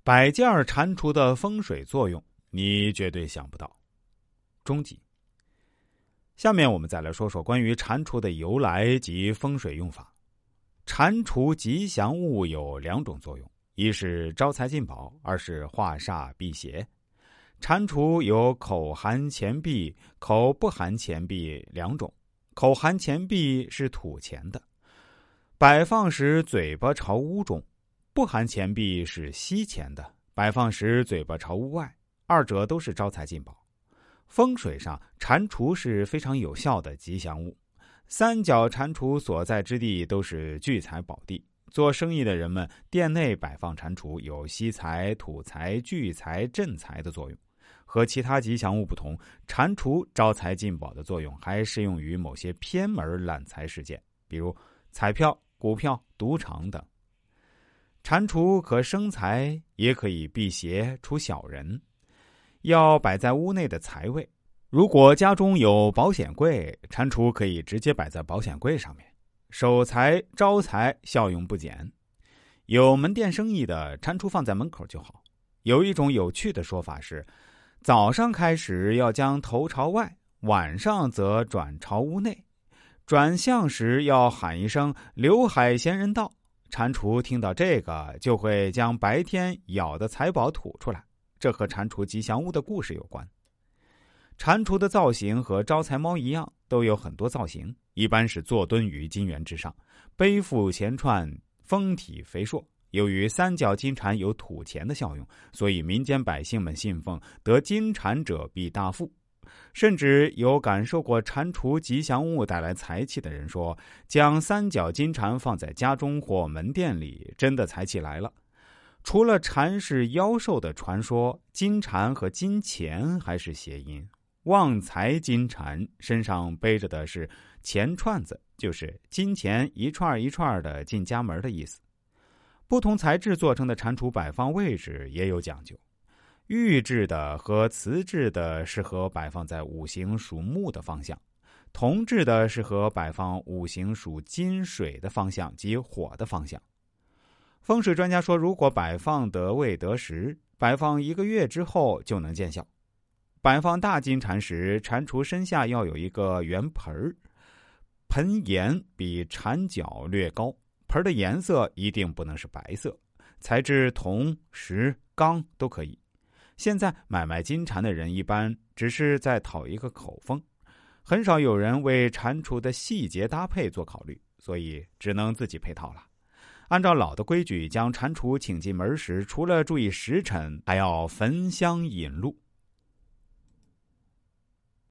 摆件蟾蜍的风水作用，你绝对想不到。终极。下面我们再来说说关于蟾蜍的由来及风水用法。蟾蜍吉祥物有两种作用，一是招财进宝，二是化煞辟邪。蟾蜍有口含钱币、口不含钱币两种。口含钱币是土钱的，摆放时嘴巴朝屋中；不含钱币是吸钱的，摆放时嘴巴朝屋外。二者都是招财进宝。风水上，蟾蜍是非常有效的吉祥物。三角蟾蜍所在之地都是聚财宝地，做生意的人们店内摆放蟾蜍有吸财、吐财、聚财、镇财的作用。和其他吉祥物不同，蟾蜍招财进宝的作用还适用于某些偏门揽财事件，比如彩票、股票、赌场等。蟾蜍可生财，也可以辟邪除小人。要摆在屋内的财位，如果家中有保险柜，蟾蜍可以直接摆在保险柜上面，守财招财，效用不减。有门店生意的，蟾蜍放在门口就好。有一种有趣的说法是，早上开始要将头朝外，晚上则转朝屋内。转向时要喊一声刘海仙人道，蟾蜍听到这个就会将白天咬的财宝吐出来。这和蟾蜍吉祥物的故事有关。蟾蜍的造型和招财猫一样，都有很多造型，一般是坐蹲于金元之上，背负钱串，丰体肥硕。由于三角金蟾有吐钱的效用，所以民间百姓们信奉得金蟾者必大富。甚至有感受过蟾蜍吉祥物带来财气的人说，将三角金蟾放在家中或门店里，真的财气来了。除了蟾是妖兽的传说，金蟾和金钱还是谐音。旺财金蟾身上背着的是钱串子，就是金钱一串一串的进家门的意思。不同材质做成的蟾蜍摆放位置也有讲究，玉制的和瓷制的适合摆放在五行属木的方向，铜制的适合摆放五行属金水的方向及火的方向。风水专家说，如果摆放得未得时，摆放1个月之后就能见效。摆放大金蟾时，蟾蜍身下要有一个圆盆，盆沿比蟾角略高，盆的颜色一定不能是白色，材质铜、石、钢都可以。现在买卖金蟾的人一般只是在讨一个口风，很少有人为蟾蜍的细节搭配做考虑，所以只能自己配套了。按照老的规矩，将蟾蜍请进门时，除了注意时辰，还要焚香引路。